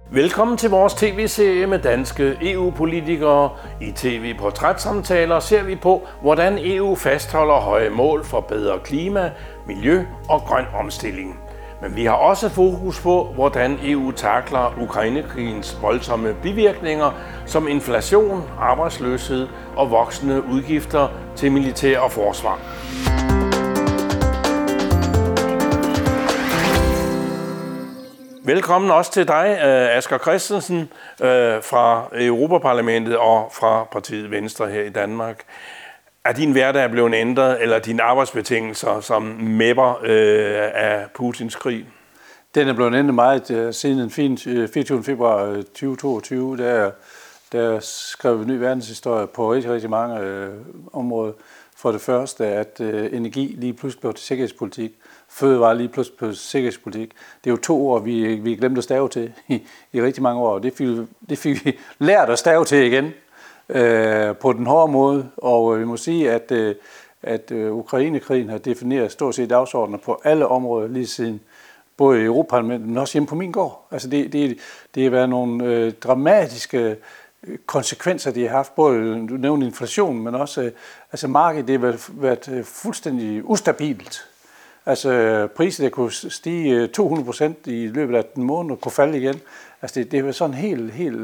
Velkommen til vores tv-serie med danske EU-politikere. I tv-portrætsamtaler ser vi på, hvordan EU fastholder høje mål for bedre klima, miljø og grøn omstilling. Men vi har også fokus på, hvordan EU takler Ukrainekrigens voldsomme bivirkninger som inflation, arbejdsløshed og voksende udgifter til militær og forsvar. Velkommen også til dig, Asger Christensen fra Europaparlamentet og fra partiet Venstre her i Danmark. Er din hverdag blevet ændret, eller dine arbejdsbetingelser som mæpper af Putins krig? Den er blevet ændret meget siden den 24. februar 2022, der skrev vi ny verdenshistorie på rigtig mange områder. For det første, at energi lige pludselig blev til sikkerhedspolitik, fødevare lige pludselig blev til sikkerhedspolitik. Det er jo 2 ord, vi glemte at stave til i rigtig mange år. Det fik vi lært at stave til igen på den hårde måde. Og vi må sige, at Ukrainekrigen har defineret stort set dagsordner på alle områder lige siden. Både i Europaparlamentet, men også hjemme på min gård. Altså det har været nogle dramatiske konsekvenser, de har haft. Både, du nævnte inflation, men også markedet, det har været fuldstændig ustabilt. Altså priser, der kunne stige 200% i løbet af den måned og kunne falde igen. Altså det var sådan helt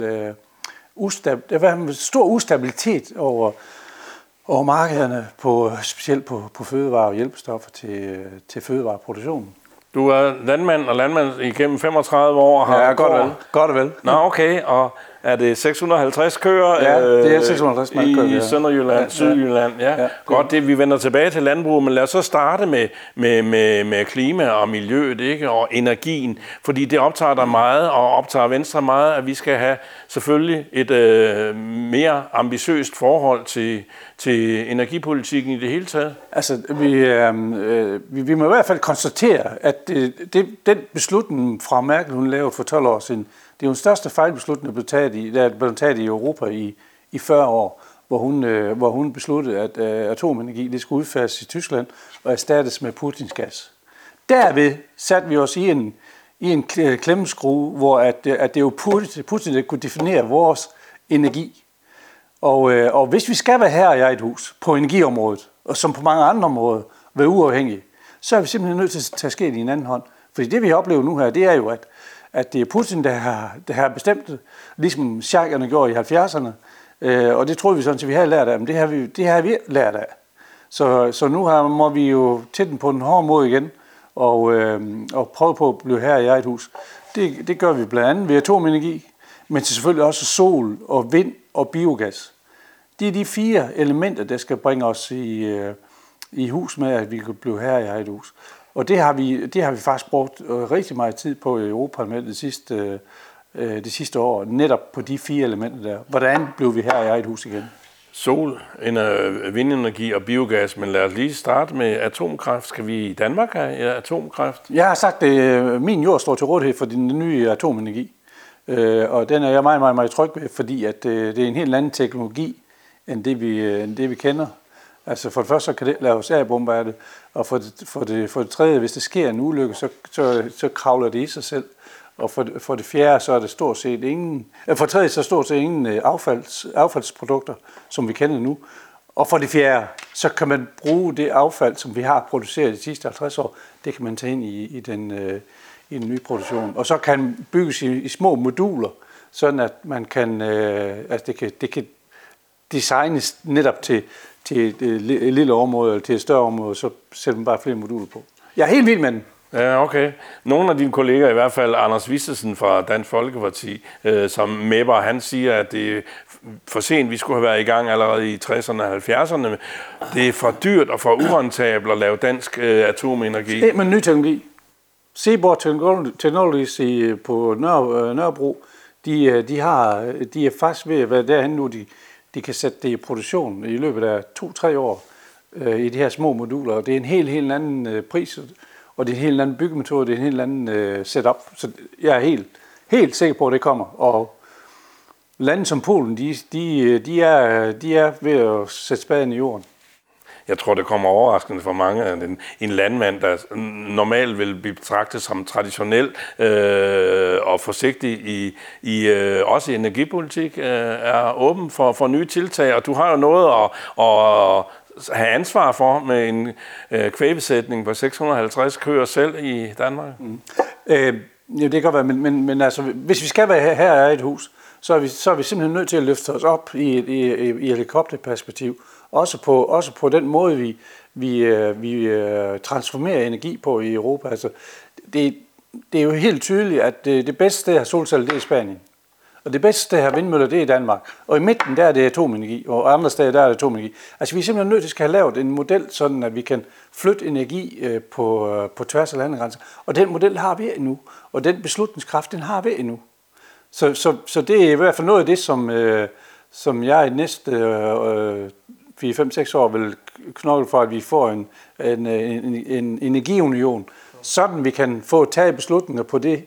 der var en stor ustabilitet over markederne, specielt på fødevarer og hjælpestoffer til fødevareproduktionen. Du er landmand igennem 35 år. Ja, godt og vel. Nå, okay. Og er det 650 køer? Ja, det er 650 køer. I Sønderjylland, Sydjylland. Ja. Godt, vi vender tilbage til landbrug, men lad os så starte med klima og miljøet, ikke? Og energien, fordi det optager dig meget og optager Venstre meget, at vi skal have selvfølgelig et mere ambitiøst forhold til energipolitikken i det hele taget. Altså, vi må i hvert fald konstatere, at den beslutning fra Merkel, hun lavede for 12 år siden, det er jo den største fejlbeslutning, der blev taget i Europa i 40 år, hvor hun besluttede, at atomenergi det skulle udfases i Tyskland og erstattes med Putins gas. Derved satte vi os i en klemmeskrue, hvor at det jo Putin, der kunne definere vores energi. Og hvis vi skal være her i eget hus på energiområdet, og som på mange andre områder, være uafhængige, så er vi simpelthen nødt til at tage skeen i en anden hånd. Fordi det, vi oplever nu her, det er jo, at det er Putin, der har bestemt det, ligesom Shaikerne gjorde i 70'erne. Og det troede vi sådan, at vi havde lært af, men det har vi lært af. Så nu må vi jo til den på den hårde måde igen, og prøve på at blive her i eget hus. Det gør vi blandt andet ved atomenergi, men selvfølgelig også sol og vind og biogas. Det er de 4 elementer, der skal bringe os i hus med, at vi kan blive her i eget hus. Og det har vi faktisk brugt rigtig meget tid på i Europaparlamentet det sidste år, netop på de 4 elementer der. Hvordan blev vi her i eget hus igen? Sol, vindenergi og biogas, men lad os lige starte med atomkraft. Skal vi i Danmark have atomkraft? Jeg har sagt, at min jord står til rådighed for den nye atomenergi. Og den er jeg meget, meget, meget tryg ved, fordi at det er en helt anden teknologi, end det vi kender. Altså for det første, så kan det laves A-bomber af det, og for det tredje, hvis det sker en ulykke, så kravler det i sig selv. Og for det fjerde, så er det stort set ingen affaldsprodukter, som vi kender nu. Og for det fjerde, så kan man bruge det affald, som vi har produceret de sidste 50 år, det kan man tage ind i den nye produktion. Og så kan det bygges i små moduler, sådan at man kan, det kan designes netop til et lille område eller til et større område, så sætter man bare flere moduler på. Jeg er helt vild med den. Ja, okay. Nogle af dine kolleger, i hvert fald Anders Vistesen fra Dansk Folkeparti, som mæpper, han siger, at det er for sent, vi skulle have været i gang allerede i 60'erne og 70'erne. Det er for dyrt og for urentabelt at lave dansk atomenergi. Det er med ny teknologi. Seaborg Technologies på Nørrebro, de er faktisk ved at være derhen nu, de kan sætte det i produktion i løbet af 2-3 år i de her små moduler. Og det er en helt anden pris, og det er en helt anden byggemetode, det er en helt anden setup. Så jeg er helt sikker på, at det kommer. Og lande som Polen, de er ved at sætte spaden i jorden. Jeg tror, det kommer overraskende for mange, at en landmand, der normalt vil blive betragtet som traditionel og forsigtig også i energipolitik, er åben for nye tiltag, og du har jo noget at have ansvar for med en kvægbesætning på 650 køer selv i Danmark. Ja, det kan godt være, men altså, hvis vi skal være her i et hus, så er vi simpelthen nødt til at løfte os op i helikopterperspektiv. Også på den måde, vi transformerer energi på i Europa. Altså, det er jo helt tydeligt, at det bedste sted at have solceller, det er i Spanien. Og det bedste sted at have vindmøller, det er i Danmark. Og i midten, der er det atomenergi, og andre steder, der er det atomenergi. Altså, vi er simpelthen nødt til at have lavet en model, sådan at vi kan flytte energi på tværs af landegrænser. Og den model har vi endnu. Og den beslutningskraft, den har vi endnu. Så det er i hvert fald noget af det, som jeg i de næste 4-5-6 år vil knokle for, at vi får en energiunion, sådan vi kan få taget beslutninger på det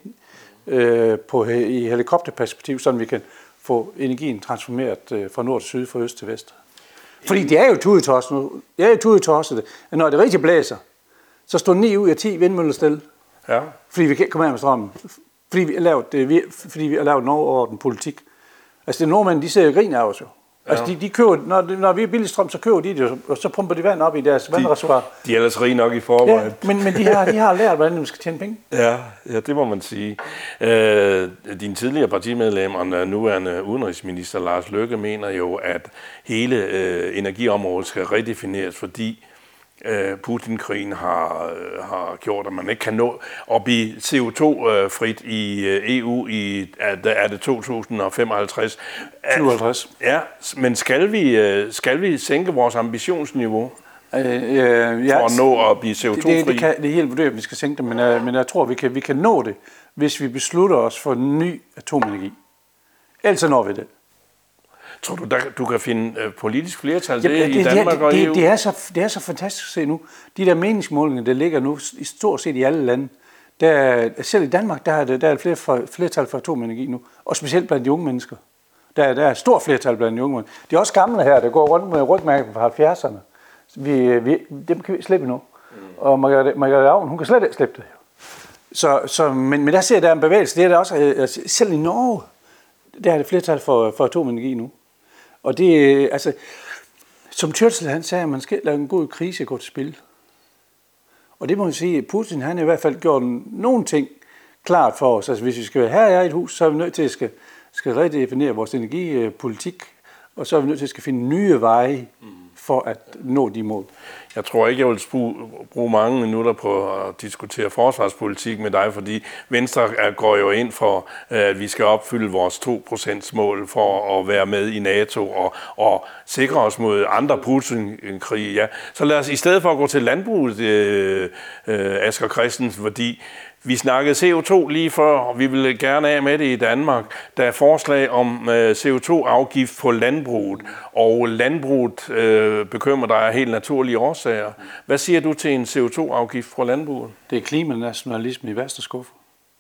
i helikopterperspektiv, sådan vi kan få energien transformeret fra nord til syd, fra øst til vest. Fordi det er jo tudetosset nu. Det er jo tudetosset, at når det rigtig blæser, så står 9 ud af 10 vindmøller stille. Ja. Fordi vi kan ikke komme af med strømmen. Fordi vi har lavet en overordnet politik. Altså det nordmænd, de ser jo grin af os jo. Ja. Altså de køber, når vi er billig strøm, så køber de det, og så pumper de vand op i deres vandreservoir. De er ellers rige nok i forvejen. Ja, men de har lært, hvordan de skal tjene penge. Ja, det må man sige. Din tidligere partimedlem og nuværende udenrigsminister Lars Løkke mener jo, at hele energiområdet skal redefineres, fordi Putin-krigen har gjort, at man ikke kan nå at blive CO2-frit i EU er det 2055. 57. Ja, men skal vi sænke vores ambitionsniveau for at nå at blive CO2-fri? Det er helt vurderet, at vi skal sænke det, men jeg tror, vi kan nå det, hvis vi beslutter os for ny atomenergi. Ellers når vi det. Tror du, du kan finde politisk flertal i Danmark og EU? Det er så fantastisk at se nu. De der meningsmålinger, der ligger nu i stort set i alle lande, selv i Danmark, der er flertal for atomenergi nu, og specielt blandt de unge mennesker. Der er et stort flertal blandt de unge mennesker. De er også gamle her, der går rundt med rygmærker fra 70'erne. Dem kan vi slippe nu. Og Margrethe Auken, hun kan slet ikke slippe det. Men der ser der en bevægelse. Det er der også, selv i Norge, der er det flertal for atomenergi nu. Og det altså, som Churchill han sagde, at man skal lade en god krise gå til spil. Og det må man sige, at Putin han i hvert fald gjort nogle ting klart for os. Altså hvis vi skal være her i et hus, så er vi nødt til at skal redefinere vores energipolitik, og så er vi nødt til at finde nye veje for at nå de mål. Jeg tror ikke, jeg vil bruge mange minutter på at diskutere forsvarspolitik med dig, fordi Venstre går jo ind for, at vi skal opfylde vores 2%-mål for at være med i NATO og sikre os mod andre Putin-krige. Ja. Så lad os i stedet for at gå til landbruget, Asger Christensen, fordi vi snakkede CO2 lige før, og vi ville gerne af med det i Danmark. Der er forslag om CO2-afgift på landbruget, og landbruget bekymrer dig af helt naturlige årsager. Hvad siger du til en CO2-afgift på landbruget? Det er klimanationalisme i værste skuffe.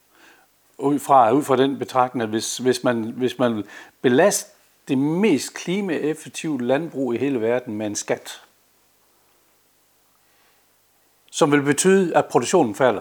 Ud fra den betragtning, at hvis man vil belaste det mest klimaeffektive landbrug i hele verden med en skat, som vil betyde, at produktionen falder,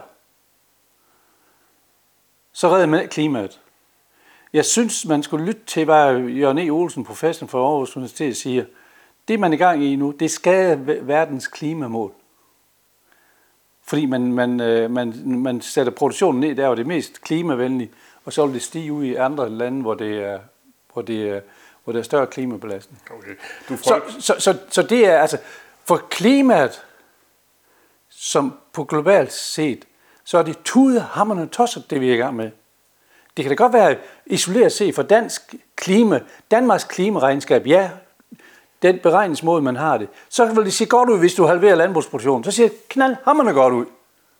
så redder man klimaet. Jeg synes, man skulle lytte til, hvad Jørgen E. Olsen, professor fra Aarhus Universitet, siger. Det, man er i gang i nu, det skader verdens klimamål. Fordi man sætter produktionen ned der, hvor det er mest klimavenligt, og så vil det stige ud i andre lande, hvor der er større klimabelastning. Okay. Så det er altså, for klimaet, som på globalt set, så er det tudehamrende tosset, det vi er i gang med. Det kan da godt være isoleret set for Danmarks klimaregnskab, ja, den beregningsmåde, man har det. Så vil det se godt ud, hvis du halverer landbrugsproduktionen. Så siger det knaldhamrende godt ud.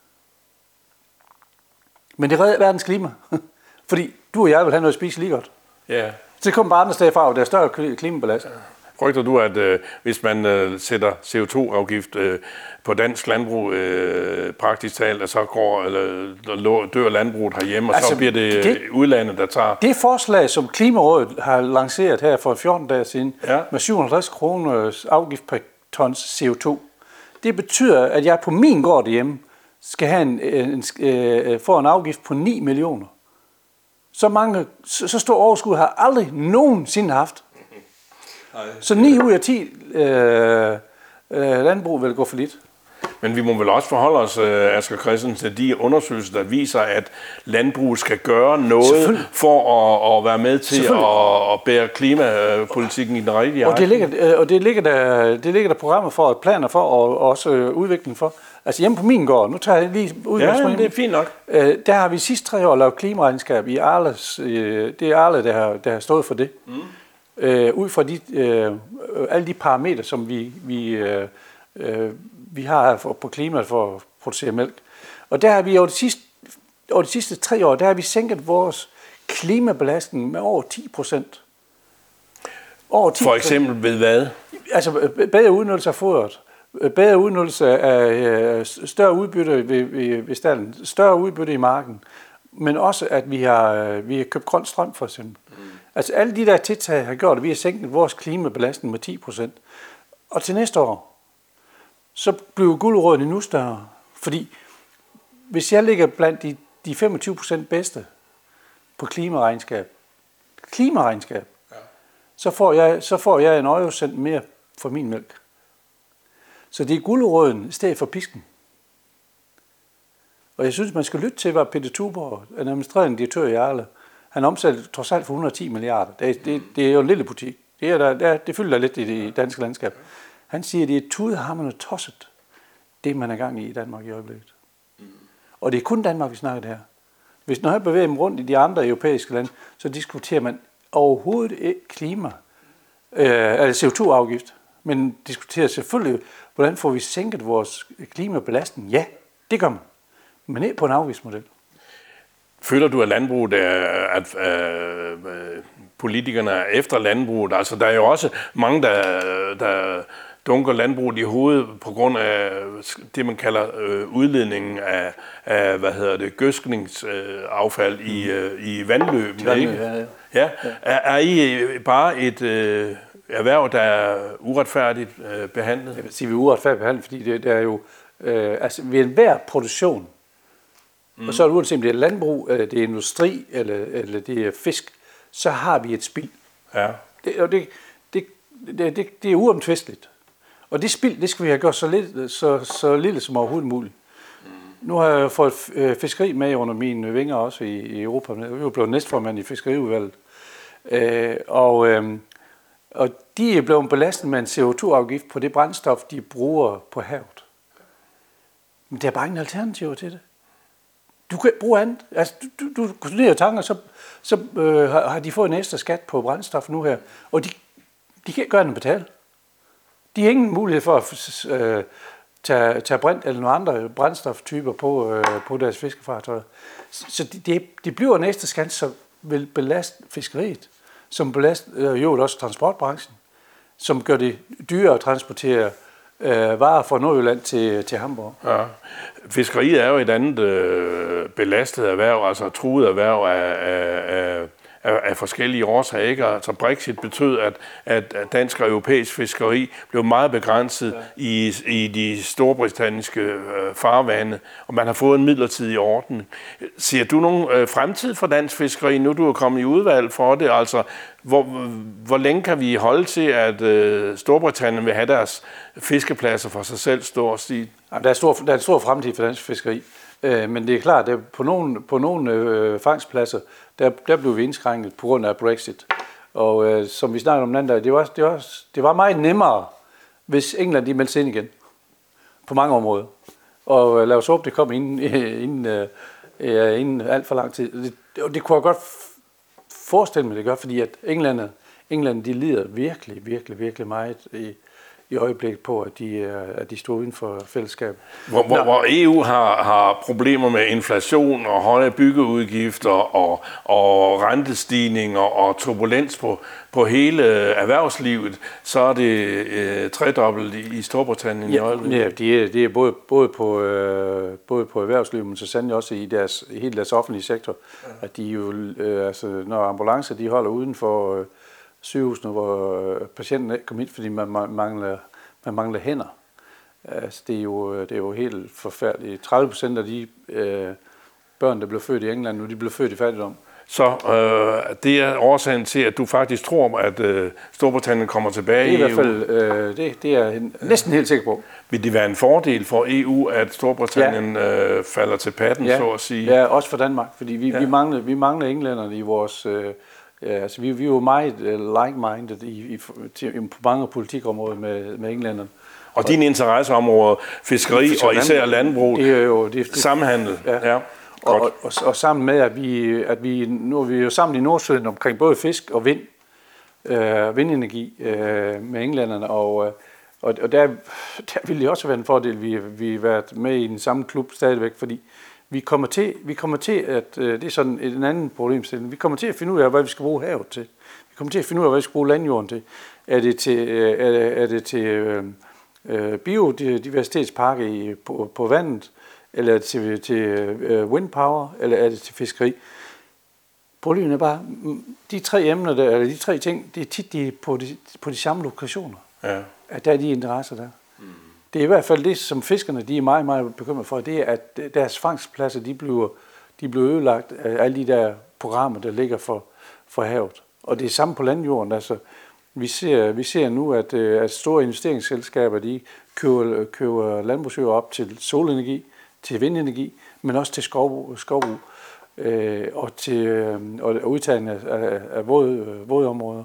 Men det redder verdens klima. Fordi du og jeg vil have noget at spise lige godt. Ja. Så det kommer bare andre steder fra, og der er større klimabelastning. Frygter du, at hvis man sætter CO2-afgift på dansk landbrug praktisk talt, så dør landbruget herhjemme, og altså, så bliver det udlandet, der tager... Det forslag, som Klimarådet har lanceret her for 14 dage siden, med 750 kroner afgift per tons CO2, det betyder, at jeg på min gård derhjemme skal have få en afgift på 9 millioner. Så stor overskud har jeg aldrig nogensinde haft. Så 9 ud af 10 landbrug vil gå for lidt. Men vi må vel også forholde os, Asger Christensen, til de undersøgelser, der viser, at landbruget skal gøre noget for at være med til at bære klimapolitikken i den rigtige retning. Og det ligger der programmer for, og planer for, og også udvikling for. Altså hjemme på min gård, nu tager jeg lige udgangspunkt. Ja, det er fint nok. Der har vi sidste 3 år lavet klimaregnskab i Arles. Det er Arle, der har stået for det. Ud fra alle de parametre, som vi har på klimaet for at producere mælk. Og der har vi over de sidste 3 år, der har vi sænket vores klimabelastning med over 10%. For eksempel ved hvad? Altså bedre udnyttelse af fodret, bedre udnyttelse af større udbytte ved stalden, større udbytte i marken, men også at vi har købt grøn strøm for eksempel. Altså alle de der tiltag har gjort, at vi har sænket vores klimabelastning med 10%. Og til næste år, så bliver guldråden endnu større. Fordi hvis jeg ligger blandt de 25% bedste på klimaregnskab, så får jeg en eurocent mere for min mælk. Så det er guldråden i stedet for pisken. Og jeg synes, man skal lytte til, hvad Peter Tuborg, en administrerende direktør i Arle, han omsætter trods alt for 110 milliarder. Det er jo en lille butik. Det fylder lidt i det danske landskab. Han siger, at det er tudehamrende tosset, det man er gang i Danmark i øjeblikket. Og det er kun Danmark, vi snakker det her. Når jeg bevæger mig rundt i de andre europæiske lande, så diskuterer man overhovedet ikke eller CO2-afgift, men diskuterer selvfølgelig, hvordan får vi sænket vores klimabelastning. Ja, det gør man, men ikke på en afgiftsmodel. Føler du, at landbruget at politikerne er efter landbruget? Altså, der er jo også mange, der dunker landbruget i hovedet på grund af det, man kalder udledningen af gødskningsaffald i vandløbene, ikke? Ja. Er I bare et erhverv, der er uretfærdigt behandlet? Jeg vil sige, vi er uretfærdigt behandlet, fordi det er jo ved enhver produktion, og så er det uanset om det er landbrug, eller det er industri, eller det er fisk, så har vi et spild. Ja. Det er uomtvisteligt. Og det spild, det skal vi have gjort så lille som overhovedet muligt. Nu har jeg fået fiskeri med under mine vinger også i Europa. Jeg er jo blevet næstformand i fiskeriudvalget. Og de er blevet belastet med en CO2-afgift på det brændstof, de bruger på havet. Men der er bare ingen alternativer til det. Du kan ikke bruge andet. Altså, du går ned og tanker, så har de fået en ekstra skat på brændstof nu her. Og de kan ikke gøre den betale. De har ingen mulighed for at tage brint eller nogle andre brændstoftyper på deres fiskefartøjer. Så det bliver en ekstra skat, som vil belaste fiskeriet, som belaster jo også transportbranchen, som gør det dyrere at transportere varer fra Nordjylland til Hamburg. Ja. Fiskeriet er jo et andet belastet erhverv, altså truet erhverv af forskellige årsager, ikke? Altså Brexit betød, at dansk og europæisk fiskeri blev meget begrænset i de storbritanniske farvande, og man har fået en midlertidig ordning. Ser du nogen fremtid for dansk fiskeri, nu du er kommet i udvalg for det? Altså, hvor længe kan vi holde til, at Storbritannien vil have deres fiskepladser for sig selv stor stil? Der er en stor fremtid for dansk fiskeri. Men det er klart, at på nogle fangstpladser, der blev vi indskrænket på grund af Brexit. Og som vi snakkede om den anden dag, det var meget nemmere, hvis England de meldte sig ind igen. På mange områder. Og lad os håbe, det kom inden alt for lang tid. Det kunne jeg godt forestille mig, det gør, fordi at England de lider virkelig, virkelig, virkelig meget i øjeblikket på, at de står uden for fællesskab. Hvor EU har problemer med inflation og høje byggeudgifter og rentestigninger og turbulens på hele erhvervslivet, så er det tredobbelt i Storbritannien i øjeblikket. Ja, det er både på erhvervslivet, men så sandelig også i hele deres offentlige sektor, at de jo, når ambulancer de holder uden for sygehusene, hvor patienten ikke kommer ind, fordi man mangler hænder. Altså, det er jo helt forfærdeligt. 30% af de børn, der blev født i England nu, de blev født i fattigdom. Så det er årsagen til, at du faktisk tror, at Storbritannien kommer tilbage i EU? Det er i hvert fald, det er jeg næsten helt sikker på. Vil det være en fordel for EU, at Storbritannien falder til patten, så at sige? Ja, også for Danmark, fordi vi mangler englænderne i vores... altså, vi er jo meget like-minded på mange politikområder med englænderne. Og dine interesseområder, fiskeri og især landbrug, samhandel. Ja. Og sammen med, at vi nu er vi jo sammen i Nordsøen omkring både fisk og vindenergi med englænderne, og der ville det også være en fordel, vi har været med i den samme klub stadigvæk, fordi vi kommer til at, det er sådan en anden problemstilling, vi kommer til at finde ud af, hvad vi skal bruge havet til. Vi kommer til at finde ud af, hvad vi skal bruge landjorden til. Er det til biodiversitetsparke på vandet, eller er det til windpower, eller er det til fiskeri? Problemet er bare, de tre emner, eller de tre ting, det er tit på de samme lokationer, at der er de interesser der. Det er i hvert fald det, som fiskerne de er meget, meget bekymret for, det er, at deres fangstpladser, de bliver ødelagt af alle de der programmer, der ligger for havet. Og det er samme på landjorden. Altså, vi ser nu, at store investeringsselskaber, de køber landbrugsjord op til solenergi, til vindenergi, men også til skovbrug og til udtagning af vådområder.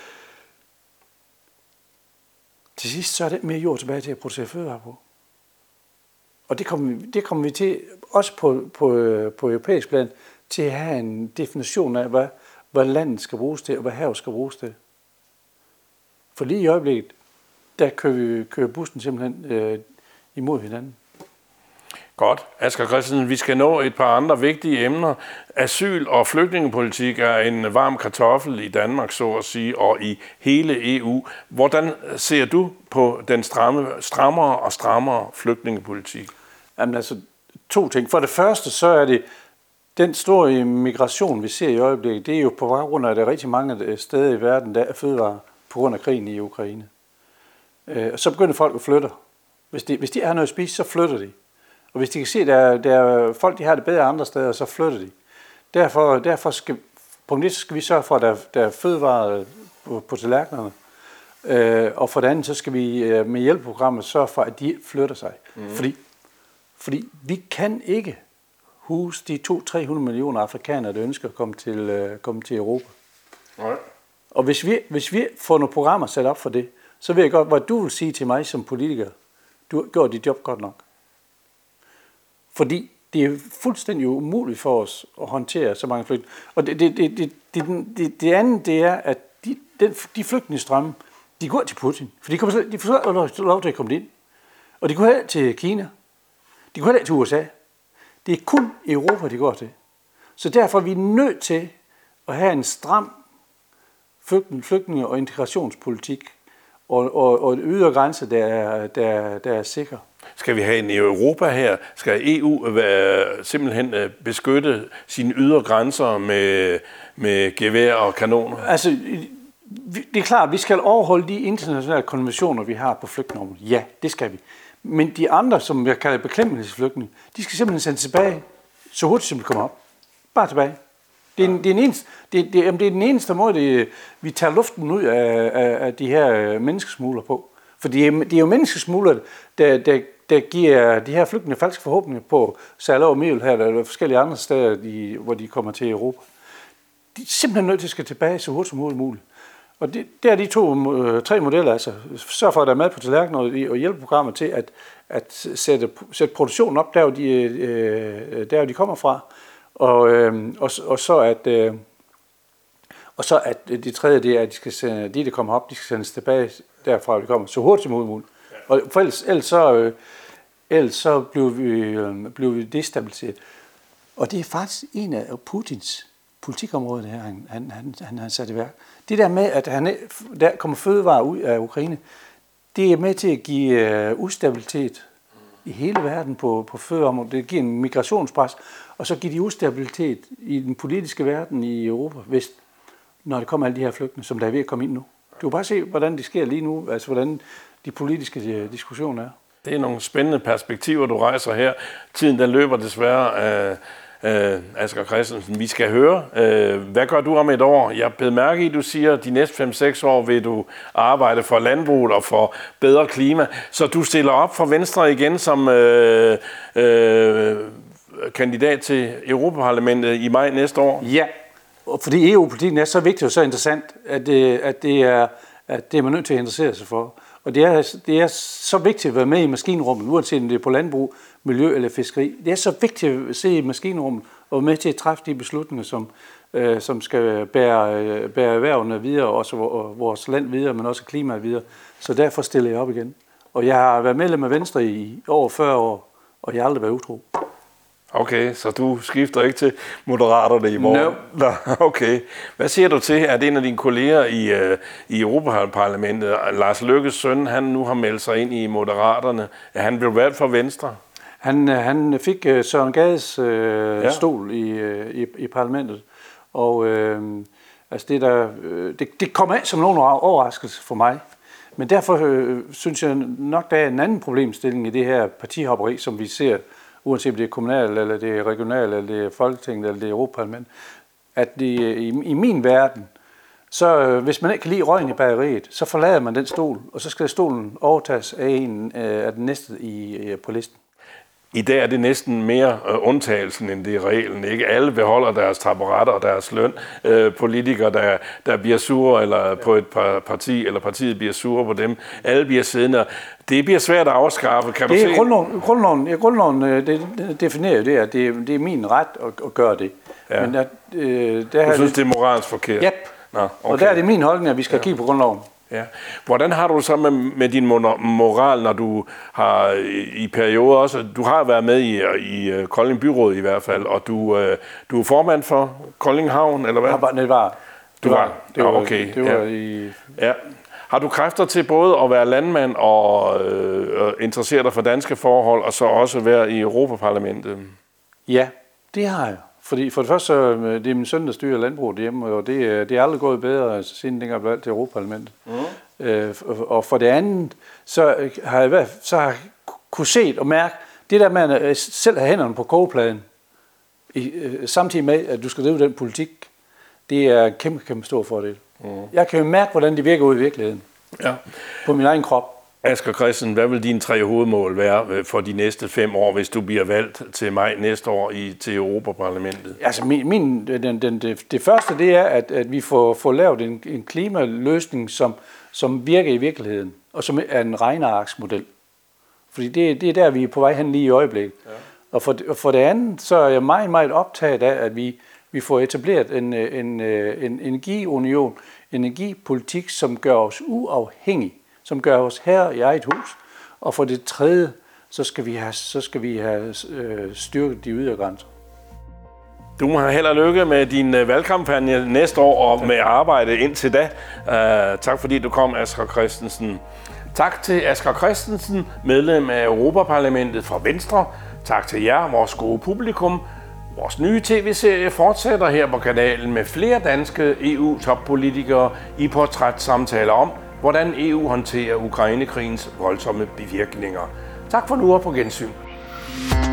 Til sidst så er det mere jord tilbage til at producere fødevarer på. Og det kommer vi til, også på europæisk plan, til at have en definition af, hvad landet skal bruges til, og hvad havet skal bruges til. For lige i øjeblikket, der kører bussen simpelthen imod hinanden. Godt. Asger Christensen, vi skal nå et par andre vigtige emner. Asyl- og flygtningepolitik er en varm kartoffel i Danmark, så at sige, og i hele EU. Hvordan ser du på den strammere flygtningepolitik? Jamen altså, to ting. For det første, så er det den store migration, vi ser i øjeblikket, det er jo på baggrund af, at der er rigtig mange steder i verden, der er fødevarer på grund af krigen i Ukraine. Så begynder folk at flytte. Hvis de har noget at spise, så flytter de. Og hvis de kan se, at der er folk, de har det bedre andre steder, så flytter de. Derfor skal vi sørge for, at der er fødevarer på tallerkenerne. Og for det andet, så skal vi med hjælpeprogrammet sørge for, at de flytter sig. Fordi vi kan ikke huse de 200-300 millioner afrikanere, der ønsker at komme til Europa. Nej. Og hvis vi får nogle programmer sat op for det, så ved jeg godt, hvad du vil sige til mig som politiker. Du har gjort dit job godt nok. Fordi det er fuldstændig umuligt for os at håndtere så mange flygtninge. Og det andet, det er, at de flygtningestrømme, de går til Putin. For de får lov til at komme ind. Og de går hen til Kina. De går hen til USA. Det er kun Europa, de går til. Så derfor er vi nødt til at have en stram flygtninge- og integrationspolitik. Og en ydre grænse, der er sikker. Skal vi have en Europa her? Skal EU simpelthen beskytte sine ydre grænser med gevær og kanoner? Altså, det er klart, at vi skal overholde de internationale konventioner, vi har på flygtningeområdet. Ja, det skal vi. Men de andre, som jeg kalder bekæmpelsesflygtninge, de skal simpelthen sendes tilbage, så hurtigt som de kommer op. Bare tilbage. Det er den eneste måde, vi tager luften ud af de her menneskesmuglere på. For det er jo menneskesmuglere, der giver de her flygtninge falske forhåbninger på særligt over Middelhavet eller forskellige andre steder, hvor de kommer til Europa. De er simpelthen nødt til at skal tilbage så hurtigt som muligt. Og det er de tre modeller, altså sørg for, at der er mad på tallerkenen og hjælpe programmet til at sætte produktionen op, der hvor de kommer fra. Og så at det tredje, det er, at de kommer op, de skal sendes tilbage derfra, de kommer så hurtigt som muligt. Og for ellers så bliver vi destabiliseret. Og det er faktisk en af Putins politikområder, her, han har sat i værk. Det der med, at der kommer fødevarer ud af Ukraine, det er med til at give ustabilitet i hele verden på fødeområdet. Det giver en migrationspres, og så giver de ustabilitet i den politiske verden i Europa, når der kommer alle de her flygtninge, som der er ved at komme ind nu. Du kan bare se, hvordan det sker lige nu, altså hvordan de politiske diskussioner er. Det er nogle spændende perspektiver, du rejser her. Tiden den løber desværre af Asger Christensen. Vi skal høre, hvad gør du om et år? Jeg bed mærke i, du siger, at de næste 5-6 år vil du arbejde for landbruget og for bedre klima. Så du stiller op for Venstre igen som kandidat til Europaparlamentet i maj næste år? Ja, fordi EU-politikken er så vigtig og så interessant, at det er man nødt til at interessere sig for. Og det er så vigtigt at være med i maskinrummet, uanset om det er på landbrug, miljø eller fiskeri. Det er så vigtigt at se i maskinrummet og være med til at træffe de beslutninger, som skal bære erhvervene videre, og også vores land videre, men også klimaet videre. Så derfor stiller jeg op igen. Og jeg har været medlem af Venstre i over 40 år, og jeg har aldrig været utro. Okay, så du skifter ikke til Moderaterne i morgen? No. Okay. Hvad siger du til, at en af dine kolleger i Europaparlamentet, Lars Løkkes søn, han nu har meldt sig ind i Moderaterne? Er han blevet valgt for Venstre? Han fik Søren Gades stol i parlamentet, og altså det kom af som nogen overraskelse for mig. Men derfor synes jeg nok, der er en anden problemstilling i det her partihopperi, som vi ser, uanset om det er kommunalt, eller det er regionalt, eller det er Folketinget, eller det er Europaparlamentet, at i min verden, så hvis man ikke kan lide røgen i bageriet, så forlader man den stol, og så skal stolen overtages af en af den næste på listen. I dag er det næsten mere undtagelsen, end det er reglen. Ikke alle beholder deres taburetter og deres løn. Politikere, der bliver sure eller på et parti, eller partiet bliver sure på dem. Alle bliver siddende. Det bliver svært at afskaffe. Kan du se? Grundloven definerer jo det, at det er min ret at gøre det. Ja. Men du synes, det er moralsk forkert? Yep. Nå, okay. Og der er det min holdning, at vi skal kigge på grundloven. Ja. Hvordan har du det så med din moral, når du har i perioder også, du har været med i Kolding Byråd i hvert fald, og du er formand for Kolding Havn, eller hvad? Det var i... Ja. Har du kræfter til både at være landmand og interessere dig for danske forhold, og så også være i Europaparlamentet? Ja, det har jeg. Fordi for det første, så det er min søn, der styrer landbruget hjemme, og det er aldrig gået bedre, siden dengang jeg valgte til Europaparlamentet. Og for det andet, så har jeg kunne se og mærke, det der med at selv have hænderne på kogepladen, samtidig med, at du skal drive den politik, det er en kæmpe stor fordel. Jeg kan jo mærke, hvordan det virker ud i virkeligheden. Ja. På min egen krop. Asger Christensen, hvad vil dine 3 hovedmål være for de næste 5 år, hvis du bliver valgt til maj næste år til Europaparlamentet? Altså det første, det er, at vi får lavet en klimaløsning, som virker i virkeligheden, og som er en regnearksmodel. Fordi det er der, vi er på vej hen lige i øjeblikket. Ja. Og for det andet, så er jeg meget, meget optaget af, at vi får etableret en energiunion, energipolitik, som gør os uafhængige, som gør os herre i eget hus. Og for det tredje, så skal vi have styrket de ydre grænser. Du må have held og lykke med din valgkampagne næste år og med arbejde indtil da. Tak fordi du kom, Asger Christensen. Tak til Asger Christensen, medlem af Europaparlamentet fra Venstre. Tak til jer, vores gode publikum. Vores nye tv-serie fortsætter her på kanalen med flere danske EU-toppolitikere i portrætsamtaler om, hvordan EU håndterer Ukrainekrigens voldsomme bivirkninger. Tak for nu og på gensyn.